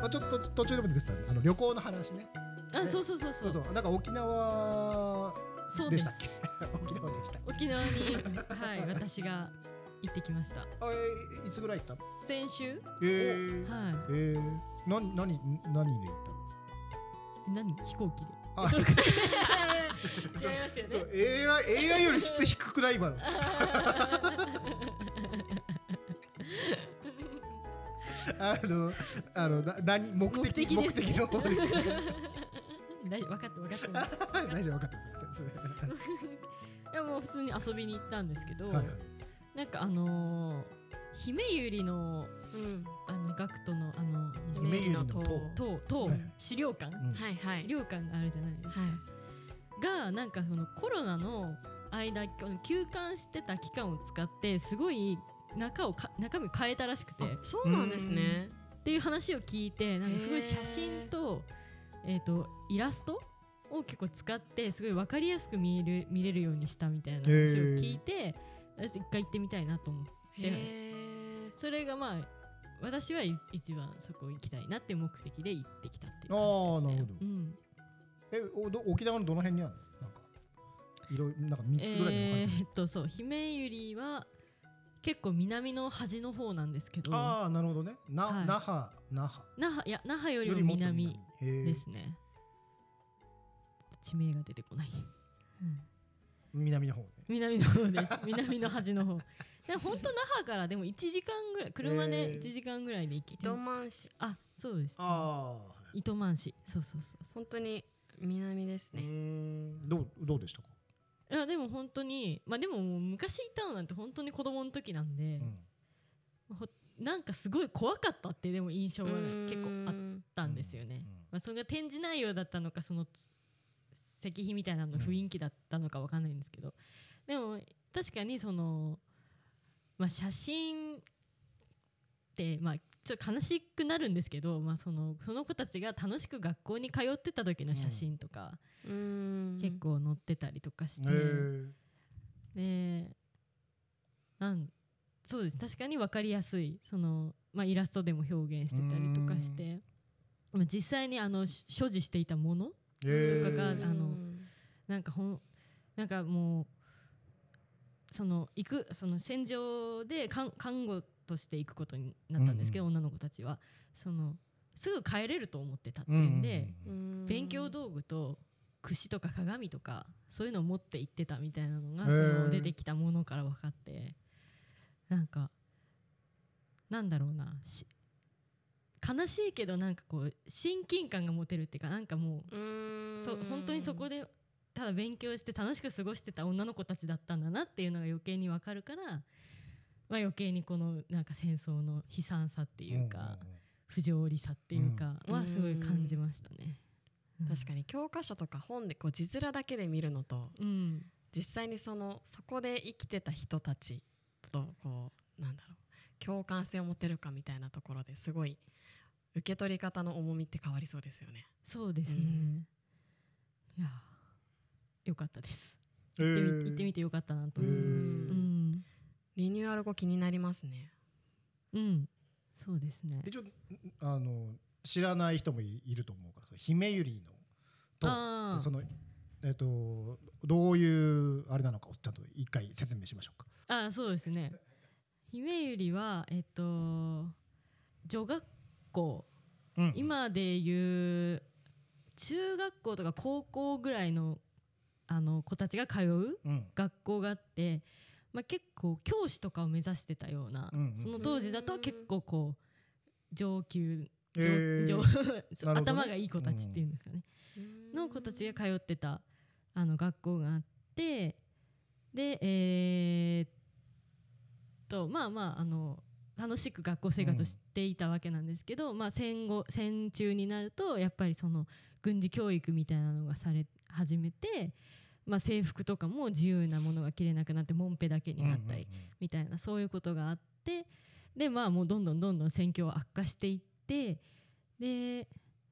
ちょっと途中でも出てた旅行の話ね。そうなんか沖縄でしたっけ？沖縄でした。 沖縄にはい私が行ってきました。 いつぐらい行った？ 先週。はい。 何で行ったの？飛行機で。違いますよね。 そう AI より質低くない今の。何目的の方ですね。 分かってます。 大丈夫分かってます。 いやもう普通に遊びに行ったんですけど、 はいはい、 なんか姫百合の学徒の姫百合の塔資料館、資料館があるじゃないですか。がなんかそのコロナの間休館してた期間を使ってすごい中身変えたらしくて。 そうなんですね。 っていう話を聞いて、なんかすごい写真とイラストを結構使ってすごい分かりやすく見れるようにしたみたいな話を聞いて、私一回行ってみたいなと思って、それがまあ私は一番そこ行きたいなっていう目的で行ってきたっていう感じですね。 なるほど。沖縄のどの辺にあるの？なんか3つぐらいに分かれてる。 そう姫百合は結構南の端の方なんですけど。 なるほどね。那覇よりも南ですね。地名が出てこない。 南の方ね。 南の方です。南の端の方。で本当那覇からでも1時間ぐらい、車で1時間ぐらいで行けて。 糸満市。 そうです。糸満市。そう。 本当に南ですね。 どうでしたか？ いやでも本当にでも昔行ったのなんて本当に子供の時なんで、なんかすごい怖かったってでも印象が結構あったんですよね。それが展示内容だったのかその石碑みたいなの雰囲気だったのかわかんないんですけど、でも確かにその写真ってちょっと悲しくなるんですけど、その子たちが楽しく学校に通ってた時の写真とか、結構載ってたりとかして、そうです、確かに分かりやすいその、イラストでも表現してたりとかして、実際に所持していたものとかがなんかもうその戦場で看護として行くことになったんですけど、女の子たちはすぐ帰れると思ってたっていうんで、勉強道具と櫛とか鏡とかそういうのを持って行ってたみたいなのがその出てきたものから分かって、なんだろうな、悲しいけどなんかこう親近感が持てるっていうか、なんかもう本当にそこでただ勉強して楽しく過ごしてた女の子たちだったんだなっていうのが余計に分かるから、余計にこのなんか戦争の悲惨さっていうか、不条理さっていうかはすごい感じましたね。 確かに教科書とか本でこう字面だけで見るのと、実際にそこで生きてた人たちとこうなんだろう、共感性を持てるかみたいなところですごい受け取り方の重みって変わりそうですよね。 そうですね、いやよかったです。行ってみてよかったなと思います。 リニューアル後気になりますね。 そうですね。 一応知らない人もいると思うから、姫百合のとそのどういうあれなのかをちゃんと一回説明しましょうか。 そうですね。姫百合は女学校、今でいう中学校とか高校ぐらいの子たちが通う学校があって、結構教師とかを目指してたような、その当時だと結構こう上級頭がいい子たちっていうんですかね、の子たちが通ってた学校があって、で楽しく学校生活をしていたわけなんですけど、戦中になるとやっぱりその軍事教育みたいなのがされ始めて、制服とかも自由なものが着れなくなってモンペだけになったりみたいな、そういうことがあって、でもうどんどん戦況は悪化していって、で、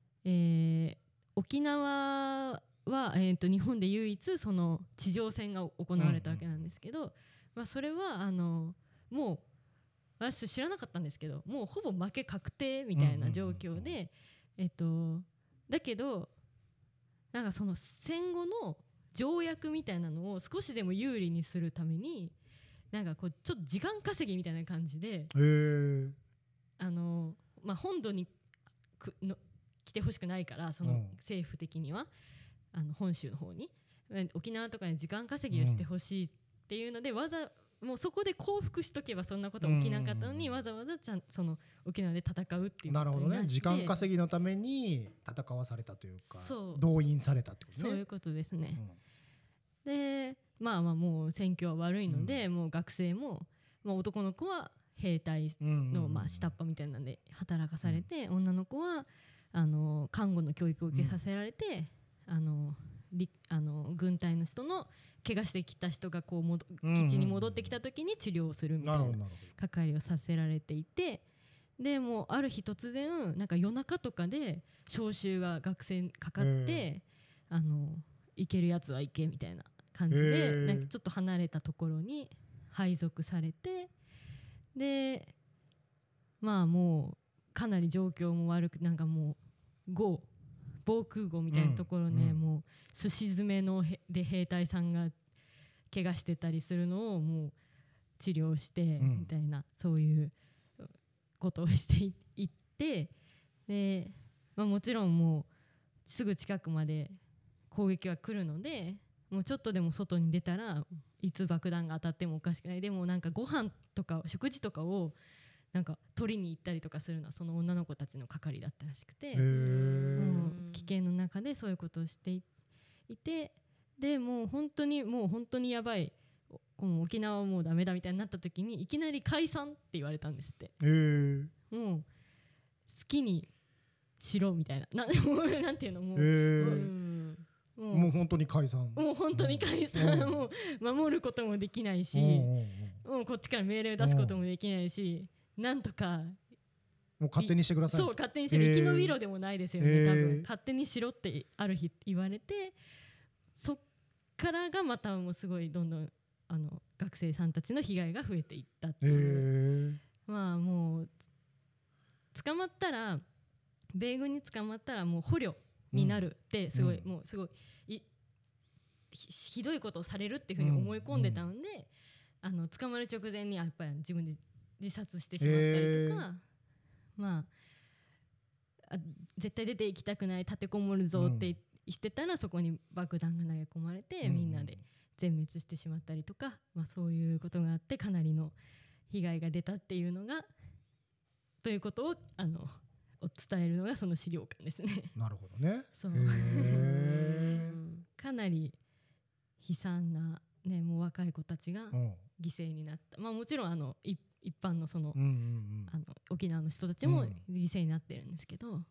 沖縄は、日本で唯一その地上戦が行われたわけなんですけど、それはもう私知らなかったんですけど、もうほぼ負け確定みたいな状況で、だけどなんかその戦後の条約みたいなのを少しでも有利にするためになんかこうちょっと時間稼ぎみたいな感じで、本土に来てほしくないから、その政府的には本州の方に沖縄とかに時間稼ぎをしてほしいっていうので、もうそこで降伏しとけばそんなこと起きなかったのに、わざわざその沖縄で戦うっていうことになって。なるほどね。 時間稼ぎのために戦わされたというか、動員されたってことね。 そういうことですね。でもう選挙は悪いので、もう学生も、男の子は兵隊の下っ端みたいなんで働かされて、女の子は看護の教育を受けさせられて、軍隊の人の怪我してきた人がこう基地に戻ってきた時に治療をするみたいな係をさせられていて、でもうある日突然なんか夜中とかで招集が学生にかかって、行けるやつは行けみたいな感じで、なんかちょっと離れたところに配属されて、でもうかなり状況も悪く、なんかもう防空壕みたいなところね、もうすし詰めので兵隊さんが怪我してたりするのをもう治療してみたいな、そういうことをしていって、で、もちろんもうすぐ近くまで攻撃は来るので、もうちょっとでも外に出たらいつ爆弾が当たってもおかしくない。でもなんかご飯とか食事とかをなんか取りに行ったりとかするのはその女の子たちの係だったらしくて、もう危険の中でそういうことをしていて、でもう本当にやばい、もう沖縄はもうダメだみたいになった時にいきなり解散って言われたんですって。もう好きにしろみたいな、なんていうの、もう本当に解散、 もう守ることもできないし、もうこっちから命令を出すこともできないし、なんとかもう勝手にしてください。 そう、勝手にして生き延びろでもないですよね、多分。勝手にしろってある日言われて、そっからがまたもうすごいどんどん学生さんたちの被害が増えていったっていう。もう捕まったら、米軍に捕まったらもう捕虜になるってすごい、もうすごいひどいことをされるっていうふうに思い込んでたので、捕まる直前にやっぱり自分で自殺してしまったりとか、絶対出て行きたくない、立てこもるぞってしてたら、そこに爆弾が投げ込まれて、みんなで全滅してしまったりとか、そういうことがあってかなりの被害が出たっていうのがということを伝えるのがその資料館ですね。 なるほどね。 そうかなり悲惨な、ね、もう若い子たちが犠牲になった。もちろん一般の沖縄の人たちも犠牲になってるんですけど、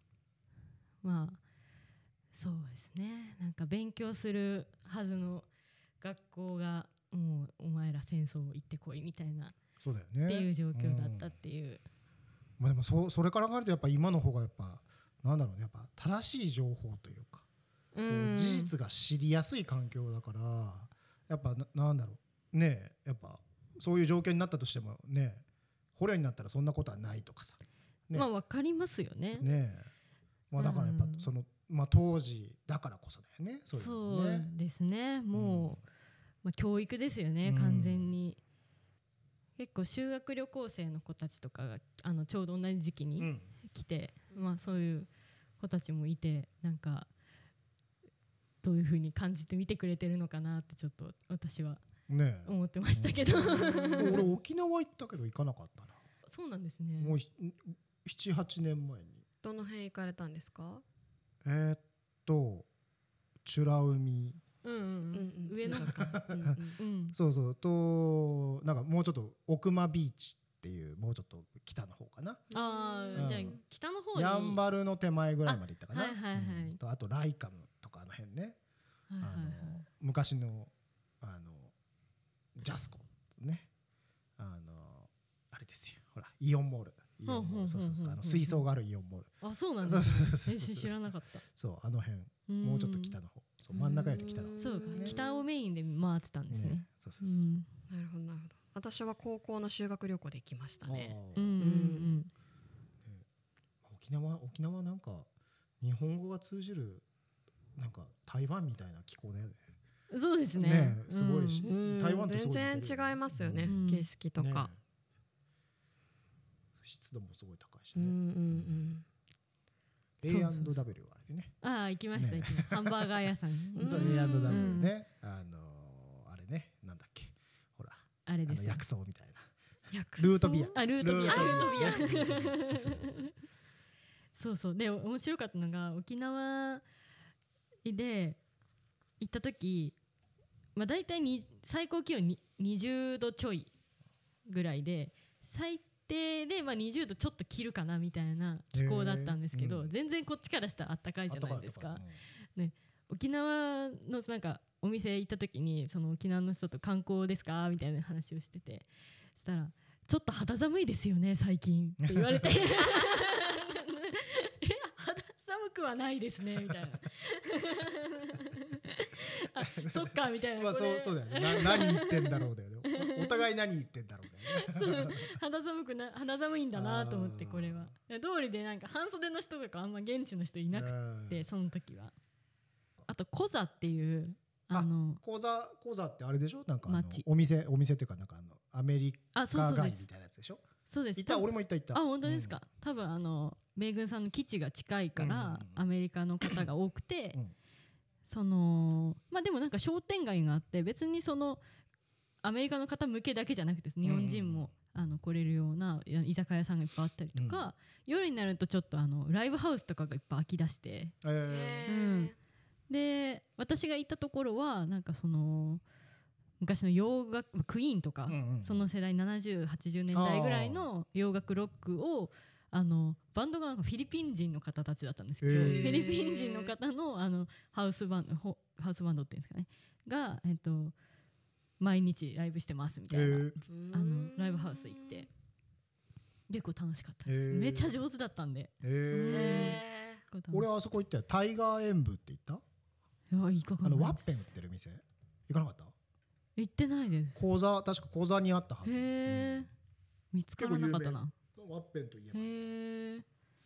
そうですね、なんか勉強するはずの学校がもうお前ら戦争行ってこいみたいな、 そうだよね、 っていう状況だったっていう。 でもそれから考えるとやっぱ今の方がやっぱなんだろうね、やっぱ正しい情報というか、事実が知りやすい環境だから、やっぱなんだろうね、やっぱそういう状況になったとしてもね、捕虜になったらそんなことはないとかさ、ね、 分かりますよね。 だからやっぱその、当時だからこそだよね。 そうですね。もう、教育ですよね、完全に。結構修学旅行生の子たちとかがちょうど同じ時期に来て、そういう子たちもいて、なんかどういう風に感じて見てくれてるのかなってちょっと私は思ってましたけど、 俺沖縄行ったけど行かなかったな。 そうなんですね。 もう 7,8 年前に。 どの辺行かれたんですか？ 美ら海、 上のそうそうと、なんかもうちょっと奥間ビーチっていう、もうちょっと北の方かな。 じゃあ北の方にやんばるの手前ぐらいまで行ったかな。あとライカムとかあの辺ね、昔のジャスコね、あれですよ、ほらイオンモール、水槽があるイオンモール。 あ、そうなんですね。知らなかった。 そう、あの辺、もうちょっと北の方、真ん中より北の方。 そうか、北をメインで回ってたんですね。 なるほどなるほど。 私は高校の修学旅行で行きましたね。 沖縄なんか日本語が通じるなんか台湾みたいな気候だよね。 そうですね。 すごいし、台湾とすごい全然違いますよね、景色とか、 湿度もすごい高いしね。A&W あれでね。 行きました。ハンバーガー屋さん。 A&W ね。あれね、なんだっけ、ほら、 あれです。 薬草みたいな。ルートビア。 ルートビア。そうそう。で面白かったのが沖縄で行った時、まあだいたい最高気温20度ちょいぐらいで、最低でまあ20度ちょっと切るかなみたいな気候だったんですけど、全然こっちからしたらあったかいじゃないですか。ね、沖縄のなんかお店行った時にその沖縄の人と観光ですかみたいな話をしてて、そしたらちょっと肌寒いですよね最近って言われて肌寒くはないですねみたいなそっかみたいな、 まあそうだよね。何言ってんだろうだよね。お互い何言ってんだろうだよね。 肌寒いんだなと思って、これは通りでなんか半袖の人とかあんま現地の人いなくて、その時は。あとコザっていうコザってあれでしょ、なんかお店っていうかなんかアメリカ街みたいなやつでしょ。 そうです。 俺も行った。 本当ですか。多分米軍さんの基地が近いからアメリカの方が多くて、まあでもなんか商店街があって、別にそのアメリカの方向けだけじゃなくて日本人も来れるような居酒屋さんがいっぱいあったりとか、夜になるとちょっとライブハウスとかがいっぱい開き出して、で私が行ったところはなんかその昔の洋楽、クイーンとか、その世代70、80年代ぐらいの洋楽ロックをバンドがなんかフィリピン人の方たちだったんですけど、フィリピン人の方のハウスバンドっていうんですかねが、毎日ライブしてますみたいなライブハウス行って結構楽しかったです。めっちゃ上手だったんで。 俺はあそこ行ったよ。タイガー演舞って言った？ワッペン売ってる店行かなかった？ 行ってないです。 確か講座にあったはず。 見つからなかったな。 ワッペンといえば。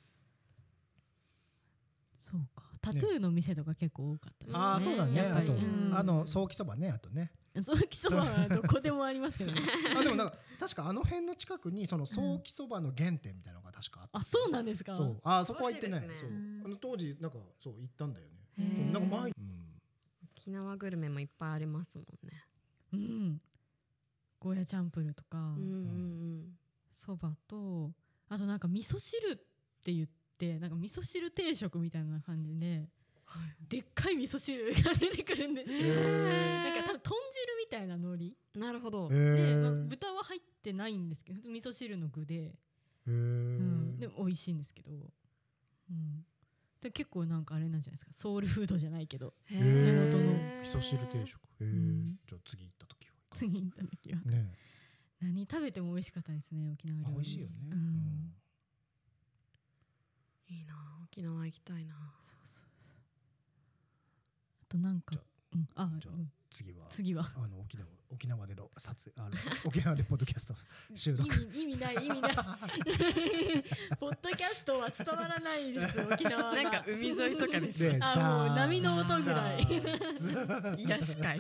そうか。タトゥーの店とか結構多かったですね。 そうだね。あとソーキそばね、あとね。 ソーキそばはどこでもありますけどね。 でもなんか確か辺の近くにそのソーキそばの原点みたいなのが確かあった。 そうなんですか。 そこは行ってない。当時なんかそう行ったんだよね。なんか沖縄グルメもいっぱいありますもんね。 ゴーヤチャンプルとかそばと、あとなんか味噌汁って言ってなんか味噌汁定食みたいな感じで、でっかい味噌汁が出てくるんですよ。なんか多分豚汁みたいな海苔。 なるほど。 で、豚は入ってないんですけど、味噌汁の具で、でも美味しいんですけど、で結構なんかあれなんじゃないですか、ソウルフードじゃないけど、地元の味噌汁定食。じゃあ次行った時は。 何食べても美味しかったですね、沖縄料理。 美味しいよね。 いいな、沖縄行きたいな。 あとなんか、 次は沖縄で沖縄でポッドキャスト収録。 意味ないポッドキャストは伝わらないですよ、沖縄。 なんか海沿いとかでします。 もう波の音ぐらい。 癒し会。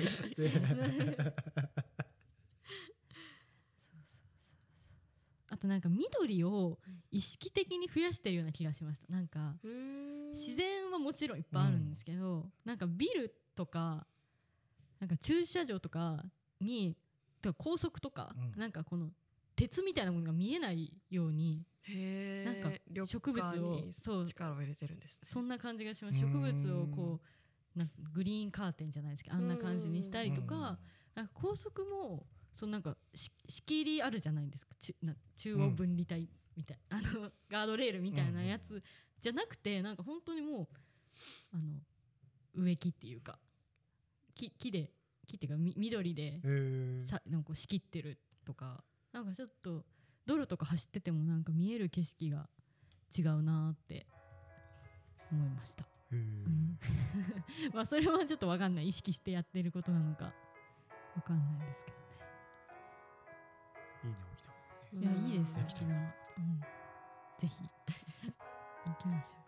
あとなんか緑を意識的に増やしてるような気がしました。なんか自然はもちろんいっぱいあるんですけど、なんかビルとかなんか駐車場とかに高速とか、なんかこの鉄みたいなものが見えないように、なんか植物を力を入れてるんですね。 そんな感じがします。植物をこうなんかグリーンカーテンじゃないですか、あんな感じにしたりとか、なんか高速もなんか仕切りあるじゃないですか、中央分離帯みたいな、ガードレールみたいなやつじゃなくて、なんか本当にもう植木っていうか木っていうか緑でなんか仕切ってるとか、なんかちょっと道路とか走っててもなんか見える景色が違うなって思いました。まあそれはちょっと分かんない、意識してやってることなのか分かんないですけどね。 いやいいですよ沖縄、ぜひ行きましょう。